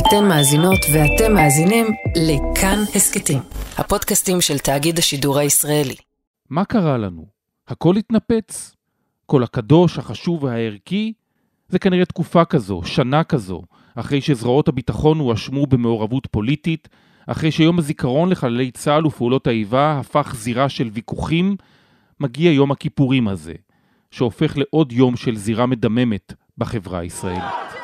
אתן מאזינות ואתם מאזינים לכאן הסקטים, הפודקאסטים של תאגיד השידור הישראלי. מה קרה לנו? הכל התנפץ? כל הקדוש, החשוב והערכי? זה כנראה תקופה כזו, שנה כזו, אחרי שזרועות הביטחון הואשמו במעורבות פוליטית, אחרי שיום הזיכרון לחללי צה"ל ופעולות האיבה הפך זירה של ויכוחים, מגיע יום הכיפורים הזה, שהופך לעוד יום של זירה מדממת בחברה הישראלית.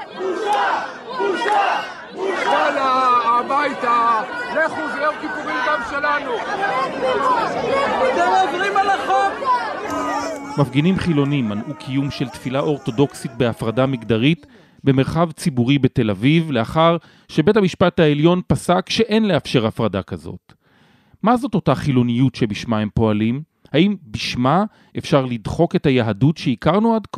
הביתה, לכו, זה יום כיפורים גם שלנו. אתם עוברים על החוק. מפגינים חילונים מנעו קיום של תפילה אורתודוקסית בהפרדה מגדרית במרחב ציבורי בתל אביב, לאחר שבית המשפט העליון פסק שאין לאפשר הפרדה כזאת. מה זאת אותה חילוניות שבשמה הם פועלים? האם בשמה אפשר לדחוק את היהדות שהכרנו עד כה?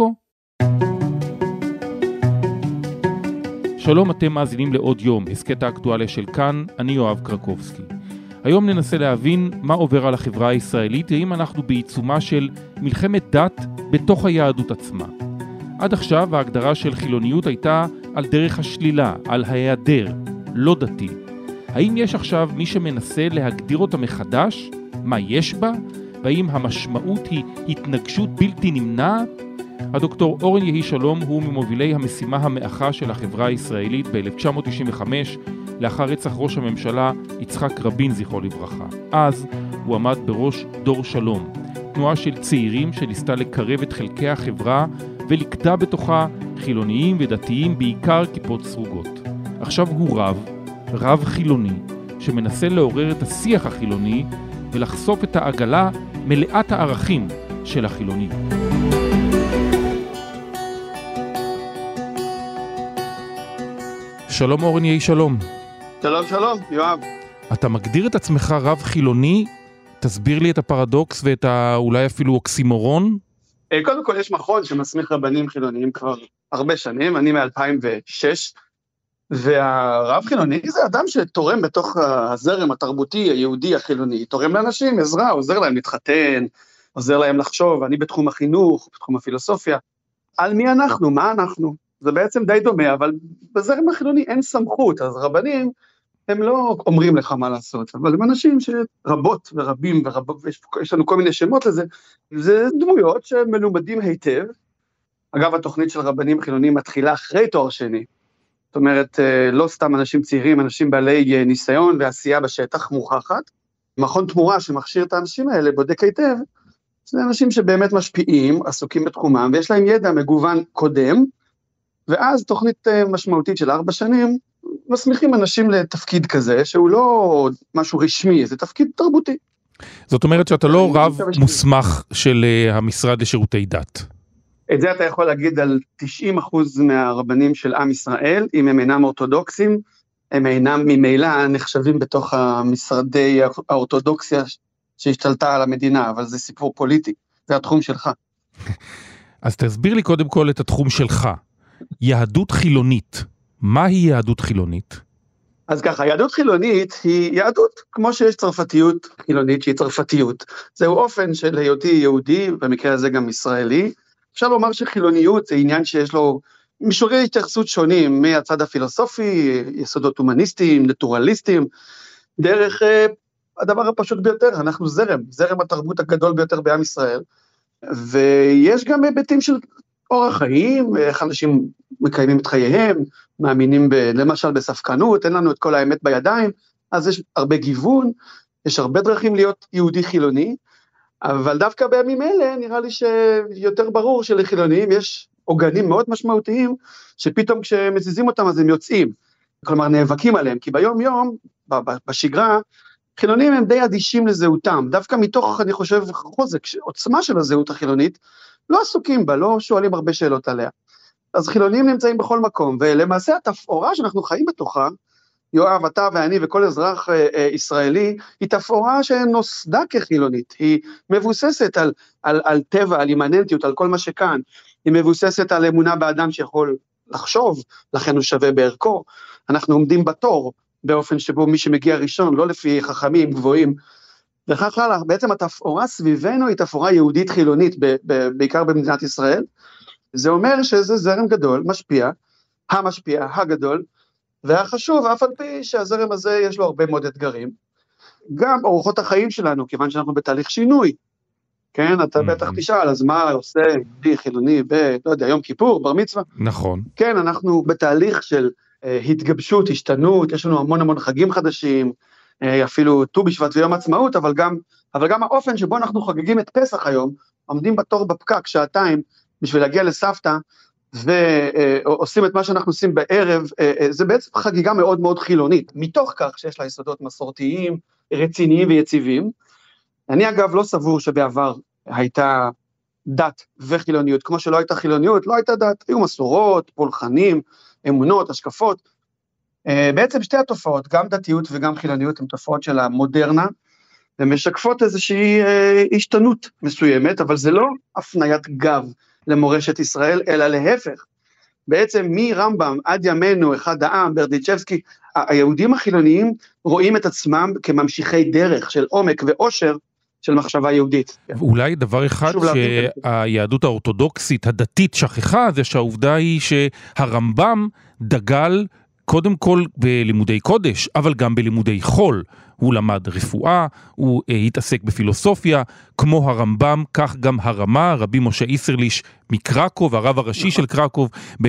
שלום, אתם מאזינים לעוד יום, הסקט האקטואליה של כאן, אני יואב קרקובסקי. היום ננסה להבין מה עובר על החברה הישראלית, האם אנחנו בעיצומה של מלחמת דת בתוך היהדות עצמה. עד עכשיו ההגדרה של חילוניות הייתה על דרך השלילה, על ההיעדר, לא דתי. האם יש עכשיו מי שמנסה להגדיר אותה מחדש? מה יש בה? והאם המשמעות היא התנגשות בלתי נמנעת? הדוקטור אורן יהי שלום הוא ממובילי המשימה המאחה של החברה הישראלית ב-1995, לאחר רצח ראש הממשלה יצחק רבין זכרו לברכה. אז הוא עמד בראש דור שלום, תנועה של צעירים שניסתה לקרב את חלקי החברה ולקטע בתוכה חילוניים ודתיים, בעיקר כיפות סרוגות. עכשיו הוא רב חילוני, שמנסה לעורר את השיח החילוני ולחשוף את העגלה מלאת הערכים של החילוני. שלום אורן יהי שלום. שלום, יואב. אתה מגדיר את עצמך רב חילוני, תסביר לי את הפרדוקס ואת אולי אפילו אוקסימורון. קודם כל יש מכון שמסמיך רבנים חילוניים כבר הרבה שנים, אני מ-2006, והרב חילוני זה אדם שתורם בתוך הזרם התרבותי היהודי החילוני, תורם לאנשים עזרה, עוזר להם להתחתן, עוזר להם לחשוב, אני בתחום החינוך, בתחום הפילוסופיה, על מי אנחנו, מה אנחנו, זה בעצם די דומה, אבל בזרם החילוני אין סמכות, אז רבנים הם לא אומרים לך מה לעשות, אבל הם אנשים שרבות ורבים ויש לנו כל מיני שמות לזה, זה דמויות שמלומדים היטב. אגב, התוכנית של רבנים חילונים מתחילה אחרי תואר שני, זאת אומרת, לא סתם אנשים צעירים, אנשים בעלי ניסיון ועשייה בשטח מוכחת. מכון תמורה שמכשיר את האנשים האלה בודק היטב, זה אנשים שבאמת משפיעים, עסוקים בתחומם, ויש להם ידע מגוון קודם, ואז תוכנית משמעותית של 4 שנים, מסמיכים אנשים לתפקיד כזה, שהוא לא משהו רשמי, זה תפקיד תרבותי. זאת אומרת שאתה לא רב מוסמך של המשרד לשירותי דת. את זה אתה יכול להגיד על 90% מהרבנים של עם ישראל, אם הם אינם אורתודוקסים, הם אינם ממילא נחשבים בתוך המשרדי האורתודוקסיה שהשתלטה על המדינה, אבל זה סיפור פוליטי, זה התחום שלך. אז תסביר לי קודם כל את התחום שלך. יהדות חילונית. מהי יהדות חילונית? אז ככה, יהדות חילונית היא יהדות, כמו שיש צרפתיות חילונית שהיא צרפתיות. זהו אופן של היותי יהודי, במקרה הזה גם ישראלי. אפשר לומר שחילוניות זה עניין שיש לו מישורי התייחסות שונים, מהצד הפילוסופי, יסודות הומניסטיים, נטורליסטיים, דרך הדבר הפשוט ביותר, אנחנו זרם התרבות הגדול ביותר בעם ישראל, ויש גם היבטים של אורח חיים, איך אנשים מקיימים את חייהם, מאמינים למשל בספקנות, אין לנו את כל האמת בידיים, אז יש הרבה גיוון, יש הרבה דרכים להיות יהודי חילוני, אבל דווקא בימים אלה נראה לי שיותר ברור שלחילונים יש עוגנים מאוד משמעותיים, שפתאום כשמזיזים אותם אז הם יוצאים, כלומר נאבקים עליהם, כי ביום יום, בשגרה, חילונים הם די אדישים לזהותם, דווקא מתוך, אני חושב, חוזק, עוצמה של הזהות החילונית, לא עסוקים בה, לא שואלים הרבה שאלות עליה. אז חילונים נמצאים בכל מקום, ולמעשה התפאורה שאנחנו חיים בתוכה, יואב, אתה ואני וכל אזרח ישראלי, היא תפאורה שנוסדה כחילונית, היא מבוססת על טבע, על אימננטיות, על כל מה שכאן, היא מבוססת על אמונה באדם שיכול לחשוב, לכן הוא שווה בערכו, אנחנו עומדים בתור, באופן שבו מי שמגיע ראשון, לא לפי חכמים גבוהים, וכך הלאה, בעצם התפאורה סביבנו היא תפאורה יהודית חילונית, בעיקר במדינת ישראל, זה אומר שזה זרם גדול, משפיע, המשפיע, הגדול, והיה חשוב, אף על פי שהזרם הזה יש לו הרבה מאוד אתגרים, גם אורחות החיים שלנו, כיוון שאנחנו בתהליך שינוי, כן, אתה בטח תשאל, אז מה עושה יהודי חילוני לא יודע, יום כיפור, בר מצווה? נכון. כן, אנחנו בתהליך של התגבשות, השתנות, יש לנו המון המון חגים חדשים, אפילו ט"ו בשבט ויום עצמאות, אבל גם האופן שבו אנחנו חוגגים את פסח היום, עומדים בתור בפקק שעתיים, בשביל להגיע לסבתא, ועושים את מה שאנחנו עושים בערב, זה בעצם חגיגה מאוד מאוד חילונית, מתוך כך שיש לה יסודות מסורתיים, רציניים ויציבים. אני אגב לא סבור שבעבר הייתה דת וחילוניות, כמו שלא הייתה חילוניות, לא הייתה דת, היו מסורות, פולחנים, אמונות, השקפות. בעצם שתי התופעות, גם דתיות וגם חילוניות, הן תופעות של המודרנה, ומשקפות איזושהי השתנות מסוימת, אבל זה לא הפניית גב למורשת ישראל, אלא להפך. בעצם מרמב"ם עד ימינו, אחד העם, ברדיצ'בסקי, היהודים החילוניים רואים את עצמם כממשיכי דרך של עומק ועושר של מחשבה יהודית. אולי דבר אחד שהיהדות האורתודוקסית הדתית שכחה, זה שהעובדה היא שהרמב"ם דגל קודם כל בלימודי קודש, אבל גם בלימודי חול. הוא למד רפואה, הוא התעסק בפילוסופיה, כמו הרמב"ם, כך גם הרמה, רבי משה איסרליש מקרקוב, הרב הראשי של קרקוב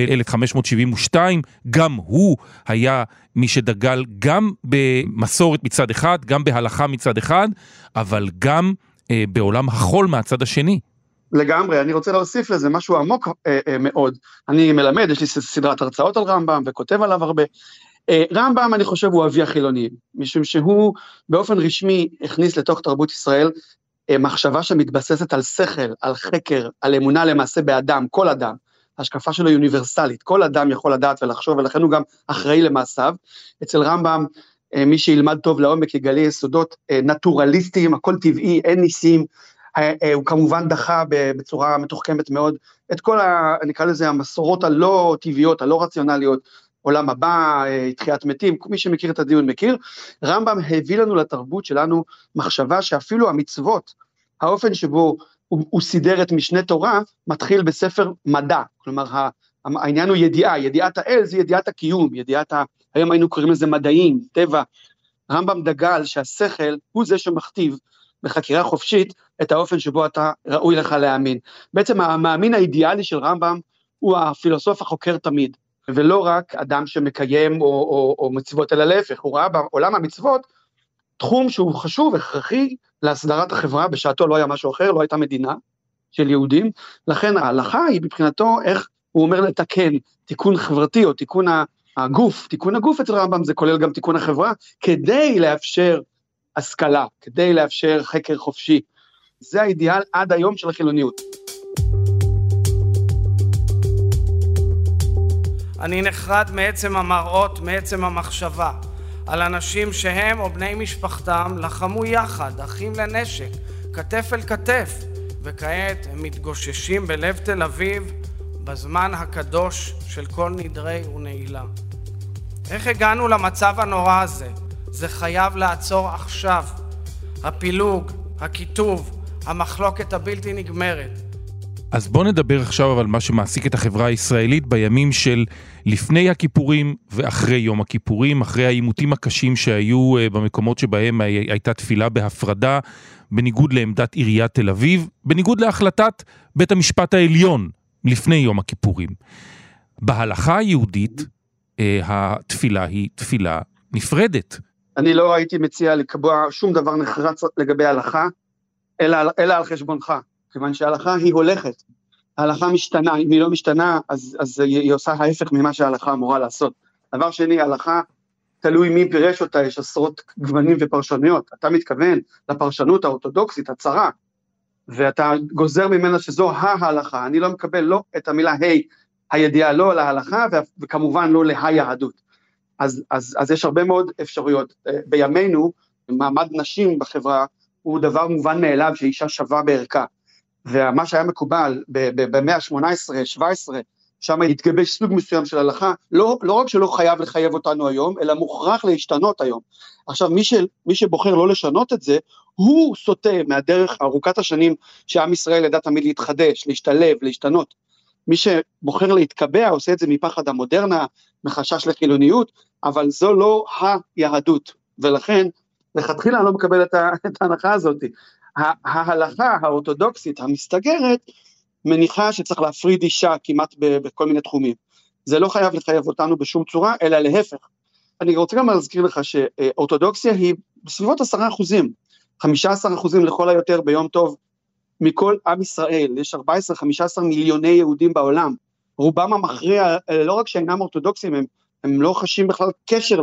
ב-1572, גם הוא היה מי שדגל גם במסורת מצד אחד, גם בהלכה מצד אחד, אבל גם בעולם החול מהצד השני. לגמרי, אני רוצה להוסיף לזה משהו עמוק מאוד. אני מלמד, יש לי סדרת הרצאות על רמב"ם וכותב עליו הרבה. רמב"ם אני חושב הוא אבי החילוניים, משום שהוא באופן רשמי הכניס לתוך תרבות ישראל מחשבה שמתבססת על שכל, על חקר, על אמונה למעשה באדם, כל אדם. ההשקפה שלו היא אוניברסלית, כל אדם יכול לדעת ולחשוב, ולכן הוא גם אחראי למעשיו. אצל רמב"ם, מי שילמד טוב לעומק יגלה יסודות נטורליסטיים, הכל טבעי, אין ניסים, הוא כמובן דחה בצורה מתוחכמת מאוד, את כל, נקרא לזה, המסורות הלא טבעיות, הלא רציונליות, עולם הבא, תחיית מתים, מי שמכיר את הדיון מכיר. רמב"ם הביא לנו לתרבות שלנו מחשבה שאפילו המצוות, האופן שבו הוא סידר את משנה תורה, מתחיל בספר מדע, כלומר העניין הוא ידיעה, ידיעת האל זה ידיעת הקיום, היום היינו קוראים לזה מדעים, טבע. רמב"ם דגל שהשכל הוא זה שמכתיב בחקירה חופשית את האופן שבו אתה ראוי לך להאמין. בעצם המאמין האידיאלי של רמב"ם הוא הפילוסוף החוקר תמיד, ולא רק אדם שמקיים או מצוות, אלא להפך, הוא ראה בעולם המצוות תחום שהוא חשוב, הכרחי להסדרת החברה, בשעתו לא היה משהו אחר, לא הייתה מדינה של יהודים, לכן ההלכה היא מבחינתו איך הוא אומר לתקן, תיקון חברתי או תיקון הגוף, תיקון הגוף אצל רמב"ם זה כולל גם תיקון החברה, כדי לאפשר השכלה, כדי לאפשר חקר חופשי, זה האידיאל עד היום של החילוניות. אני נחרד מעצם המראות, מעצם המחשבה, על אנשים שהם או בני משפחתם לחמו יחד, אחים לנשק, כתף אל כתף, וכעת הם מתגוששים בלב תל אביב, בזמן הקדוש של כל נדרי ונעילה. איך הגענו למצב הנורא הזה? זה חייב לעצור עכשיו. הפילוג, הכיתוב, המחלוקת הבלתי נגמרת. אז בוא נדבר עכשיו על מה שמעסיק את החברה הישראלית בימים של לפני הכיפורים ואחרי יום הכיפורים, אחרי העימותים הקשים שהיו במקומות שבהם הייתה תפילה בהפרדה, בניגוד לעמדת עיריית תל אביב, בניגוד להחלטת בית המשפט העליון לפני יום הכיפורים. בהלכה היהודית, התפילה היא תפילה נפרדת. אני לא הייתי מציע לקבוע שום דבר נחרץ לגבי ההלכה, אלא על חשבונך. כיוון שההלכה היא הולכת, ההלכה משתנה, אם היא לא משתנה, אז היא עושה ההפך ממה שההלכה אמורה לעשות. דבר שני, ההלכה תלוי מי פירש אותה, יש עשרות גוונים ופרשנויות, אתה מתכוון לפרשנות האורתודוקסית, הצרה, ואתה גוזר ממנה שזו ההלכה, אני לא מקבל לא את המילה הידיעה לא להלכה, וכמובן לא להיהדות. אז יש הרבה מאוד אפשרויות. בימינו, מעמד נשים בחברה, הוא דבר מובן מאליו שאישה שווה בערכה, ומה שהיה מקובל במאה ה-18-17, שם התגבש סוג מסוים של הלכה, לא רק שלא חייב לחייב אותנו היום, אלא מוכרח להשתנות היום. עכשיו, מי שבוחר לא לשנות את זה, הוא סוטה מהדרך ארוכת השנים שעם ישראל ידע תמיד להתחדש, להשתלב, להשתנות. מי שבוחר להתקבע עושה את זה מפחד המודרנה, מחשש לחילוניות, אבל זו לא היהדות, ולכן לכתחילה אני לא מקבל את ההנחה הזאת. ההלכה האורתודוקסית המסתגרת, מניחה שצריך להפריד אישה כמעט בכל מיני תחומים. זה לא חייב לחייב אותנו בשום צורה, אלא להפך. אני רוצה גם להזכיר לך שאורתודוקסיה היא בסביבות 10%, 15% לכל היותר ביום טוב, מכל עם ישראל, יש 14-15 מיליוני יהודים בעולם, רובם המכריע, לא רק שאינם אורתודוקסים, הם לא חשים בכלל קשר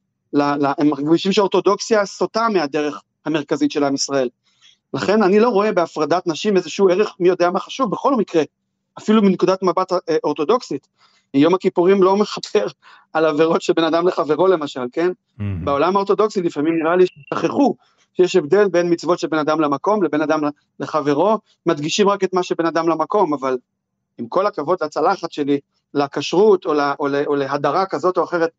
הם מרגישים שאורתודוקסיה סוטה מהדרך המרכזית של עם ישראל. לכן אני לא רואה בהפרדת נשים איזשהו ערך מי יודע מה חשוב, בכל מקרה, אפילו מנקודת מבט אורתודוקסית. יום הכיפורים לא מחפר על עבירות של בן אדם לחברו למשל, כן? בעולם האורתודוקסי לפעמים נראה לי ששכחו, שיש הבדל בין מצוות של בן אדם למקום, לבן אדם לחברו, מדגישים רק את מה שבן אדם למקום, אבל עם כל הכבוד לצלחת שלי, לכשרות או להדרה כזאת או אחרת,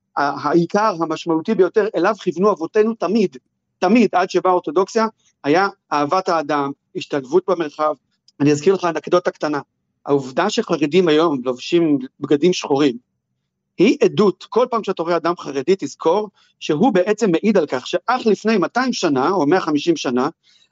העיקר המשמעותי ביותר אליו כיוונו אבותינו תמיד, עד שבאה האורתודוקסיה, היה אהבת האדם, השתלבות במרחב. אני אזכיר לך אנקדוטה קטנה, העובדה שחרדים היום לובשים בגדים שחורים, היא עדות, כל פעם שאתה רואה אדם חרדי תזכור, שהוא בעצם מעיד על כך, שאך לפני 200 שנה, או 150 שנה,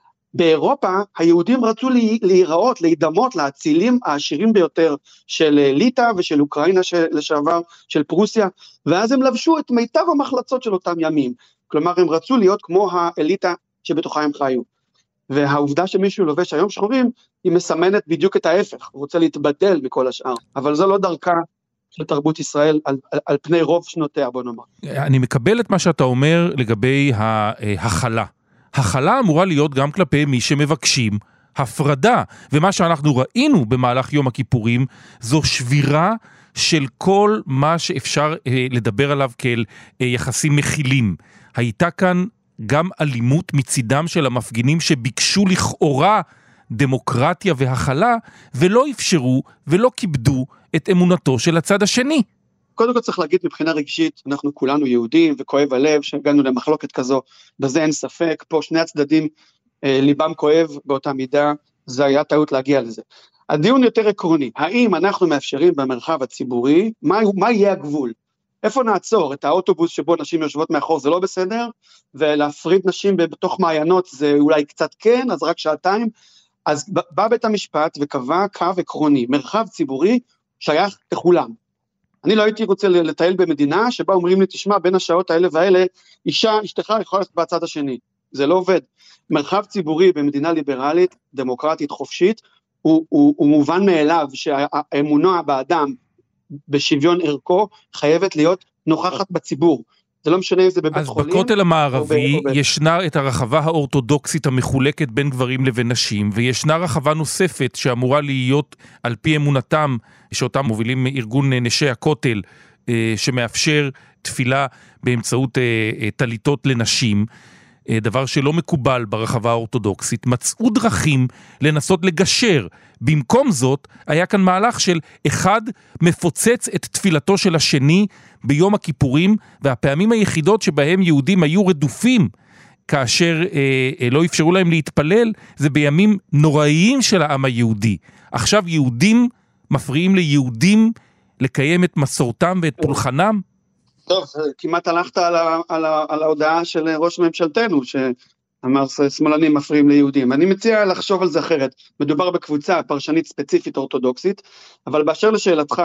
באירופה היהודים רצו להיראות, להידמות לאצילים העשירים ביותר, של ליטא ושל אוקראינה לשעבר, של פרוסיה, ואז הם לבשו את מיטב המחלצות של אותם ימים, כלומר הם רצו להיות כמו האליטה שבתוכה הם חיו, והעובדה שמישהו לובש היום שחורים, היא מסמנת בדיוק את ההפך, הוא רוצה להתבדל מכל השאר, אבל זו לא דרכה של תרבות ישראל על פני רוב שנותיה, בוא נאמר. אני מקבל את מה שאתה אומר לגבי ההכלה. הכלה אמורה להיות גם כלפי מי שמבקשים הפרדה, ומה שאנחנו ראינו במהלך יום הכיפורים, זו שבירה של כל מה שאפשר לדבר עליו כאל יחסים מכילים. הייתה כאן גם אלימות מצידם של המפגינים שביקשו לכאורה דמוקרטיה והכלה, ולא אפשרו ולא כיבדו את אמונתו של הצד השני. קודם כל צריך להגיד מבחינה רגשית, אנחנו כולנו יהודים וכואב הלב שהגענו למחלוקת כזו, בזה אין ספק, פה שני הצדדים ליבם כואב באותה מידה, זה היה טעות להגיע לזה. הדיון יותר עקרוני, האם אנחנו מאפשרים במרחב הציבורי, מה יהיה הגבול? איפה נעצור? את האוטובוס שבו נשים יושבות מאחור זה לא בסדר, ולהפריד נשים בתוך מעיינות זה אולי קצת כן, אז רק שעתיים, אז בא בית המשפט וקבע קו עקרוני, מרחב ציבורי שייך לכולם. אני לא הייתי רוצה לטייל במדינה שבה אומרים לי, תשמע, בין השעות האלה והאלה, אשתך יכולה ללכת בצד השני. זה לא עובד. מרחב ציבורי במדינה ליברלית, דמוקרטית, חופשית, הוא מובן מאליו שהאמונה באדם בשוויון ערכו חייבת להיות נוכחת בציבור. זה לא משנה אם זה בבית חולים. אז בכותל המערבי ישנה את הרחבה האורתודוקסית המחולקת בין גברים לבין נשים, וישנה רחבה נוספת שאמורה להיות על פי אמונתם, שאותם מובילים ארגון נשי הכותל, שמאפשר תפילה באמצעות טליתות לנשים, דבר שלא מקובל ברחבה האורתודוקסית. מצאו דרכים לנסות לגשר. במקום זאת, היה כאן מהלך של אחד מפוצץ את תפילתו של השני ביום הכיפורים, והפעמים היחידות שבהם יהודים היו רדופים, כאשר לא אפשרו להם להתפלל, זה בימים נוראיים של העם היהודי. עכשיו יהודים מפריעים ליהודים לקיים את מסורתם ואת פולחנם? טוב, כמעט הלכת על ההודעה של ראש ממשלתנו, שאמר שמאלנים מפריעים ליהודים. אני מציע לחשוב על זה אחרת. מדובר בקבוצה פרשנית ספציפית אורתודוקסית, אבל באשר לשאלתך,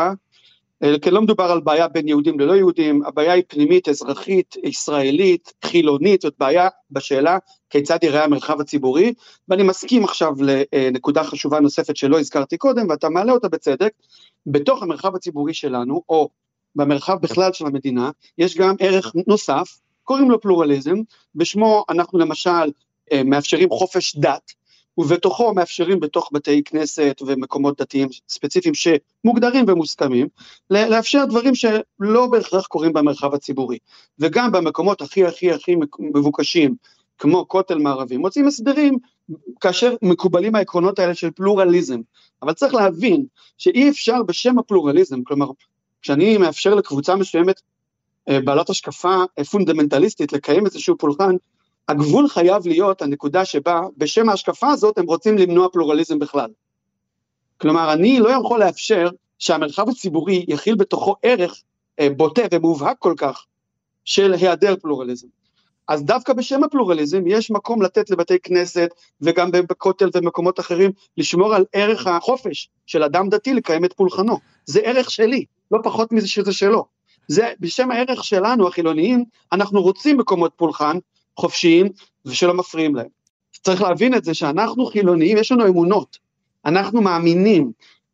כי לא מדובר על בעיה בין יהודים ללא יהודים, הבעיה היא פנימית, אזרחית, ישראלית, חילונית, זאת בעיה בשאלה כיצד יראה המרחב הציבורי, ואני מסכים עכשיו לנקודה חשובה נוספת שלא הזכרתי קודם, ואתה מעלה אותה בצדק, בתוך המרחב הציבורי שלנו, או במרחב בכלל של המדינה, יש גם ערך נוסף, קוראים לו פלורליזם, בשמו אנחנו למשל מאפשרים חופש דת, ובתוכו מאפשרים בתוך בתי כנסת ומקומות דתיים ספציפיים שמוגדרים ומוסכמים, לאפשר דברים שלא בהכרח קורים במרחב הציבורי, וגם במקומות הכי מבוקשים, כמו כותל מערבי, מוצאים הסברים כאשר מקובלים העקרונות האלה של פלורליזם, אבל צריך להבין שאי אפשר בשם הפלורליזם, כלומר, כשאני מאפשר לקבוצה מסוימת בעלת השקפה פונדמנטליסטית לקיים איזשהו פולחן, הגבול חייב להיות הנקודה שבה בשם ההשקפה הזאת הם רוצים למנוע פלורליזם בכלל. כלומר, אני לא יכול לאפשר שהמרחב הציבורי יכיל בתוכו ערך בוטה ומובהק כל כך של היעדר פלורליזם. אז דווקא בשם הפלורליזם יש מקום לתת לבתי כנסת וגם בכותל ומקומות אחרים לשמור על ערך החופש של אדם דתי לקיים את פולחנו. זה ערך שלי, לא פחות מזה שזה שלו. זה בשם הערך שלנו החילוניים, אנחנו רוצים מקומות פולחן חופשיים ושלא מפריעים להם. צריך להבין את זה שאנחנו חילוניים, יש לנו אמונות, אנחנו מאמינים,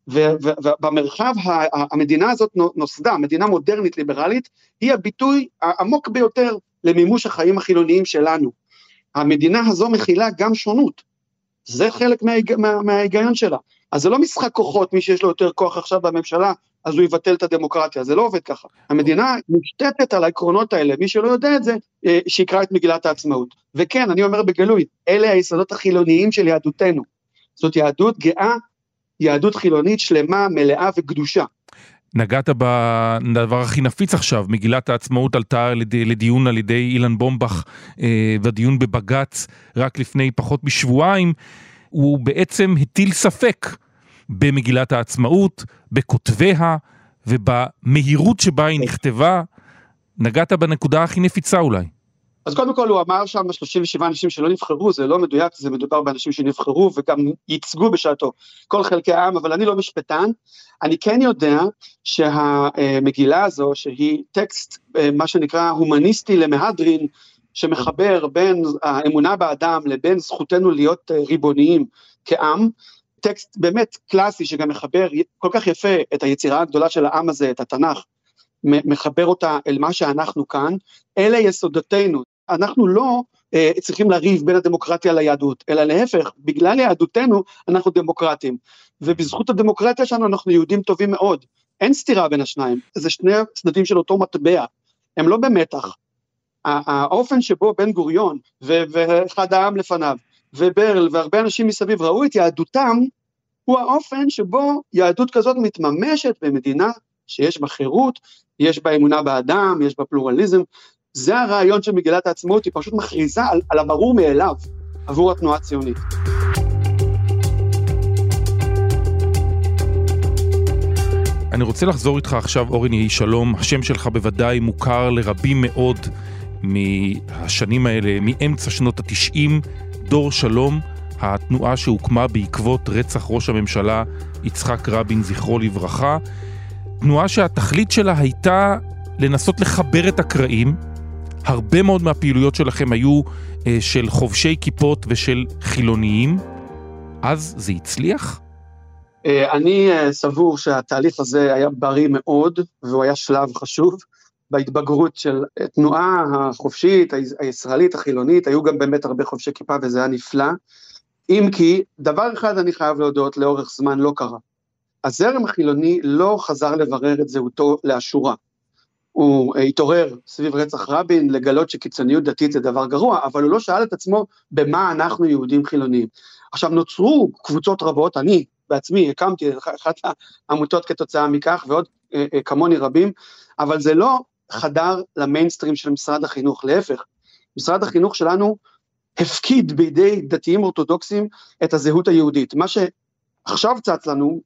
ובמרחב המדינה הזאת נוסדה, מדינה מודרנית ליברלית, היא הביטוי העמוק ביותר למימוש החיים החילוניים שלנו. המדינה הזו מכילה גם שונות, זה חלק מההיגיון שלה. אז זה לא משחק כוחות, מי שיש לו יותר כוח עכשיו בממשלה, אז הוא יבטל את הדמוקרטיה, זה לא עובד ככה. המדינה מושתתת על העקרונות האלה, מי שלא יודע את זה, שיקרא את מגילת העצמאות. וכן, אני אומר בגלוי, אלה היסודות החילוניים של יהדותנו. זאת יהדות גאה, יהדות חילונית שלמה, מלאה וקדושה. נגעת בדבר הכי נפיץ עכשיו, מגילת העצמאות עלתה לדיון על ידי אילן בומבך, והדיון בבגץ רק לפני פחות משבועיים, הוא בעצם הטיל ספק במגילת העצמאות, בכותביה, ובמהירות שבה היא נכתבה. נגעת בנקודה הכי נפיצה אולי. אז קודם כל הוא אמר שם 37 אנשים שלא נבחרו, זה לא מדויק, זה מדובר באנשים שנבחרו וגם ייצגו בשעתו כל חלקי העם, אבל אני לא משפטן, אני כן יודע שהמגילה הזו, שהיא טקסט, מה שנקרא הומניסטי למהדרין, שמחבר בין האמונה באדם לבין זכותנו להיות ריבוניים כעם, טקסט באמת קלאסי שגם מחבר כל כך יפה את היצירה הגדולה של העם הזה, את התנ"ך, מחבר אותה אל מה שאנחנו כאן, אלה יסודותינו, אנחנו לא צריכים לריב בין הדמוקרטיה ליהדות, אלא להפך, בגלל יהדותנו אנחנו דמוקרטים, ובזכות הדמוקרטיה שלנו אנחנו יהודים טובים מאוד, אין סתירה בין השניים, זה שני צדדים של אותו מטבע, הם לא במתח, האופן שבו בן גוריון ואחד העם לפניו, וברל והרבה אנשים מסביב ראו את יהדותם, הוא האופן שבו יהדות כזאת מתממשת במדינה שיש בה חירות, יש בה אמונה באדם, יש בה פלורליזם, זה הרעיון של מגילת העצמאות, היא פשוט מכריזה על הברור מאליו עבור התנועה הציונית. אני רוצה לחזור איתך עכשיו, אורן יהי שלום, השם שלך בוודאי מוכר לרבים מאוד מהשנים האלה, מאמצע שנות ה-90, דור שלום, התנועה שהוקמה בעקבות רצח ראש הממשלה יצחק רבין זכרו לברכה, תנועה שהתכלית שלה הייתה לנסות לחבר את הקרעים, הרבה מאוד מהפעילויות שלכם היו של חובשי כיפות ושל חילוניים, אז זה הצליח? אני סבור שהתהליך הזה היה בריא מאוד, והוא היה שלב חשוב, בהתבגרות של תנועה החופשית, הישראלית, החילונית, היו גם באמת הרבה חובשי כיפה וזה היה נפלא, אם כי דבר אחד אני חייב להודות לאורך זמן לא קרה, הזרם החילוני לא חזר לברר את זהותו לאשורה, הוא התעורר סביב רצח רבין לגלות שקיצוניות דתית זה דבר גרוע, אבל הוא לא שאל את עצמו במה אנחנו יהודים חילוניים. עכשיו נוצרו קבוצות רבות, אני בעצמי הקמתי אחת העמותות כתוצאה מכך ועוד כמוני רבים, אבל זה לא חדר למיינסטרים של משרד החינוך, להפך, משרד החינוך שלנו הפקיד בידי דתיים אורתודוקסים את הזהות היהודית, מה שעכשיו צץ לנו,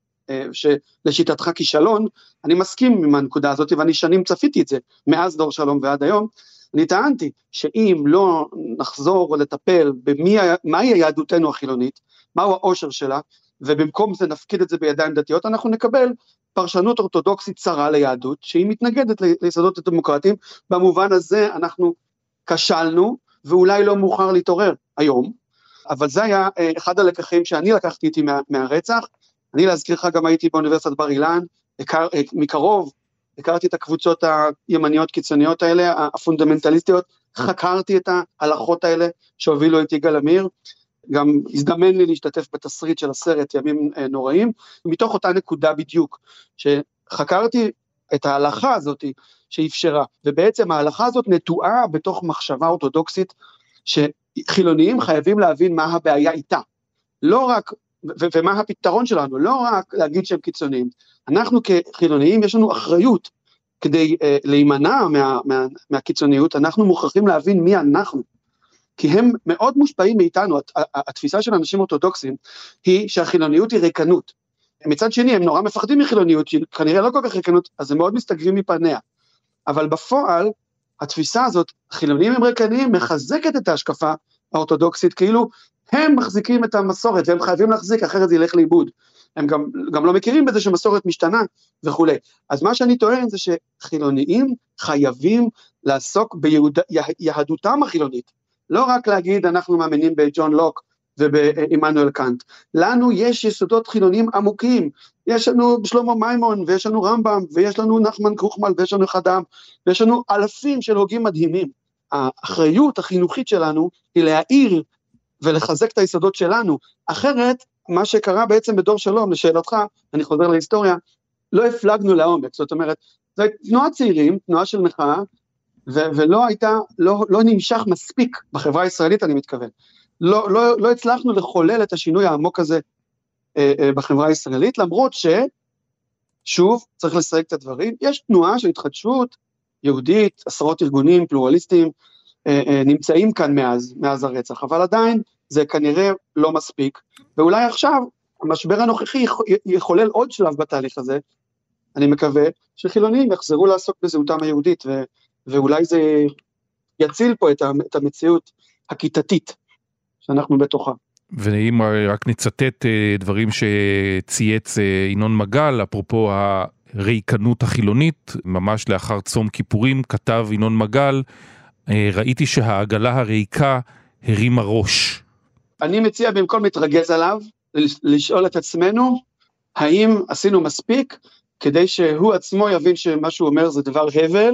שלשיטתך כישלון, אני מסכים עם הנקודה הזאת, ואני שנים צפיתי את זה, מאז דור שלום ועד היום, אני טענתי שאם לא נחזור לטפל במהי יהדותנו החילונית, מהו העושר שלה, ובמקום זה נפקיד את זה בידיים דתיות, אנחנו נקבל פרשנות אורתודוקסית צרה ליהדות, שהיא מתנגדת ליסודות הדמוקרטיים, במובן הזה אנחנו כשלנו, ואולי לא מאוחר להתעורר היום, אבל זה היה אחד הלקחים שאני לקחתי איתי מהרצח, אני להזכיר לך גם הייתי באוניברסיטת בר אילן, מקרוב, הכרתי את הקבוצות הימניות קיצוניות האלה, הפונדמנטליסטיות, חקרתי את ההלכות האלה שהובילו את יגאל עמיר, גם הזדמן לי להשתתף בתסריט של הסרט ימים נוראים, מתוך אותה נקודה בדיוק, שחקרתי את ההלכה הזאת שאפשרה, ובעצם ההלכה הזאת נטועה בתוך מחשבה אורתודוקסית, שחילוניים חייבים להבין מה הבעיה איתה, לא רק, ומה הפתרון שלנו, לא רק להגיד שהם קיצוניים, אנחנו כחילוניים יש לנו אחריות, כדי להימנע מהקיצוניות, אנחנו מוכרחים להבין מי אנחנו, כי הם מאוד מושפעים מאיתנו, התפיסה של אנשים אורתודוקסים, היא שהחילוניות היא ריקנות, מצד שני, הם נורא מפחדים מחילוניות, שכנראה לא כל כך ריקנות, אז הם מאוד מסתגרים מפניה. אבל בפועל, התפיסה הזאת, חילונים הם ריקניים, מחזקת את ההשקפה האורתודוקסית, כאילו הם מחזיקים את המסורת, והם חייבים להחזיק, אחרת זה ילך לאיבוד. הם גם לא מכירים בזה שמסורת משתנה וכו'. אז מה שאני טוען זה שחילוניים חייבים לעסוק ביהדותם החילונית. לא רק להגיד אנחנו מאמינים בג'ון לוק ובאמנואל קאנט. לנו יש יסודות חילוניים עמוקים. יש לנו שלמה מימון ויש לנו רמב"ם ויש לנו נחמן קרוחמל ויש לנו חדם ויש לנו אלפים של הוגים מדהימים. האחריות החינוכית שלנו היא להעיר ולחזק את היסודות שלנו. אחרת מה שקרה בעצם בדור שלום, לשאלתך, אני חוזר להיסטוריה, לא הפלגנו לעומק, זאת אומרת, זו תנועה צעירים, תנועה של מחאה, ולא הייתה, לא נמשך מספיק בחברה הישראלית, אני מתכוון. לא הצלחנו לחולל את השינוי העמוק הזה בחברה הישראלית, למרות שוב, צריך לסייג את הדברים, יש תנועה של התחדשות יהודית, עשרות ארגונים, פלורליסטים, נמצאים כאן מאז הרצח, אבל עדיין זה כנראה לא מספיק, ואולי עכשיו, המשבר הנוכחי יחולל עוד שלב בתהליך הזה, אני מקווה שחילונים יחזרו לעסוק בזהותם היהודית, ואולי זה יציל פה את המציאות הכיתתית שאנחנו בתוכה. ואם רק נצטט דברים שצייץ ינון מגל, אפרופו הריקנות החילונית, ממש לאחר צום כיפורים, כתב ינון מגל, ראיתי שהעגלה הריקה הרימה ראש. אני מציע במקום להתרגז עליו, לשאול את עצמנו, האם עשינו מספיק, כדי שהוא עצמו יבין שמה שהוא אומר זה דבר הבל,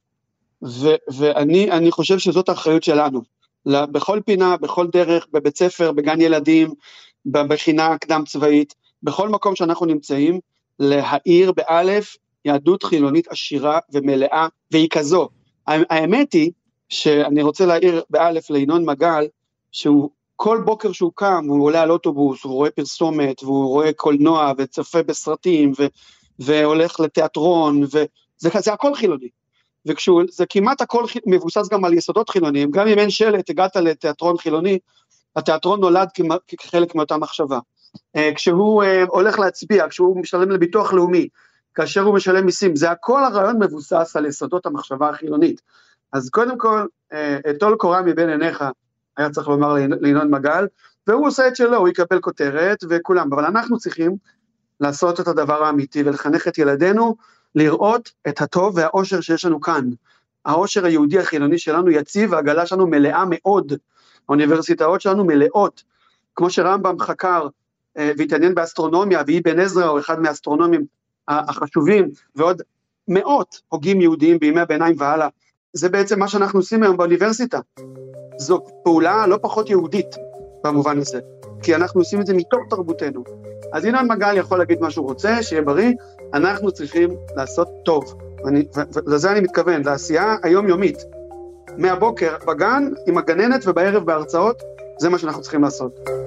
ואני חושב שזאת האחריות שלנו, בכל פינה, בכל דרך, בבית ספר, בגן ילדים, במכינה קדם צבאית, בכל מקום שאנחנו נמצאים, להאיר באלף יהדות חילונית עשירה ומלאה, והיא כזו. האמת היא, שאני רוצה להעיר באלף לינון מגל, שהוא כל בוקר שהוא קם, הוא עולה על אוטובוס, הוא רואה פרסומת, והוא רואה קולנוע, וצופה בסרטים, והולך לתיאטרון, זה הכל חילוני. זה כמעט הכל מבוסס גם על יסודות חילוניים, גם אם אין שלט, הגעת לתיאטרון חילוני, התיאטרון נולד כחלק מאותה מחשבה. כשהוא הולך להצביע, כשהוא משלם לביטוח לאומי, כאשר הוא משלם מיסים, זה הכל הרעיון מבוסס על יסודות המחשבה החילונית. אז קודם כל, טול קורה מבין עיניך, היה צריך לומר לינון מגל, והוא עושה את שלו, הוא יקבל כותרת וכולם, אבל אנחנו צריכים לעשות את הדבר האמיתי, ולחנך את ילדינו, לראות את הטוב והאושר שיש לנו כאן. האושר היהודי החילוני שלנו יציב, והעגלה שלנו מלאה מאוד, האוניברסיטאות שלנו מלאות, כמו שרמב"ם חקר, והתעניין באסטרונומיה, ואבן עזרא הוא אחד מהאסטרונומים החשובים, ועוד מאות הוגים יהודיים בימי הביניים והלאה, זה בעצם מה שאנחנו עושים היום באוניברסיטה, זו פעולה לא פחות יהודית במובן הזה, כי אנחנו עושים את זה מתוך תרבותנו, אז ינון מגל יכול להגיד מה שהוא רוצה, שיהיה בריא, אנחנו צריכים לעשות טוב, ולזה אני מתכוון, לעשייה היומיומית, מהבוקר בגן עם הגננת ובערב בהרצאות, זה מה שאנחנו צריכים לעשות.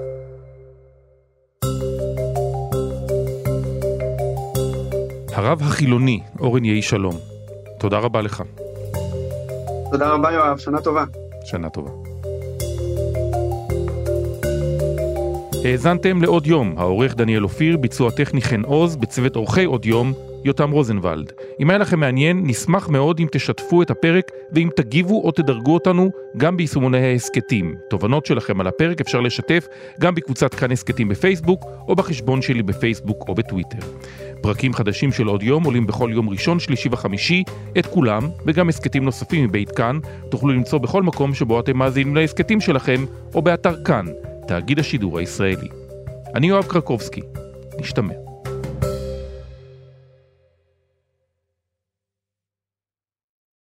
הרב החילוני, אורן יהי שלום, תודה רבה לך. תודה רבה יואב, שנה טובה. שנה טובה. האזנתם לעוד יום, העורך דניאל אופיר, ביצוע טכני חן עוז, בצוות עורכי עוד יום, יותם רוזנבלד. אם היה לכם מעניין, נשמח מאוד אם תשתפו את הפרק, ואם תגיבו או תדרגו אותנו גם ביישומוני ההסקטים. תובנות שלכם על הפרק אפשר לשתף גם בקבוצת כאן הסקטים בפייסבוק, או בחשבון שלי בפייסבוק או בטוויטר. פרקים חדשים של עוד יום עולים בכל יום ראשון, שלישי וחמישי, את כולם, וגם הסקטים נוספים מבית כאן, תוכלו למצוא בכל מקום שבו אתם מאזינים להסקטים שלכם, או באתר כאן, תאגיד השידור הישראלי. אני יואב קרקובסקי, נשתמע.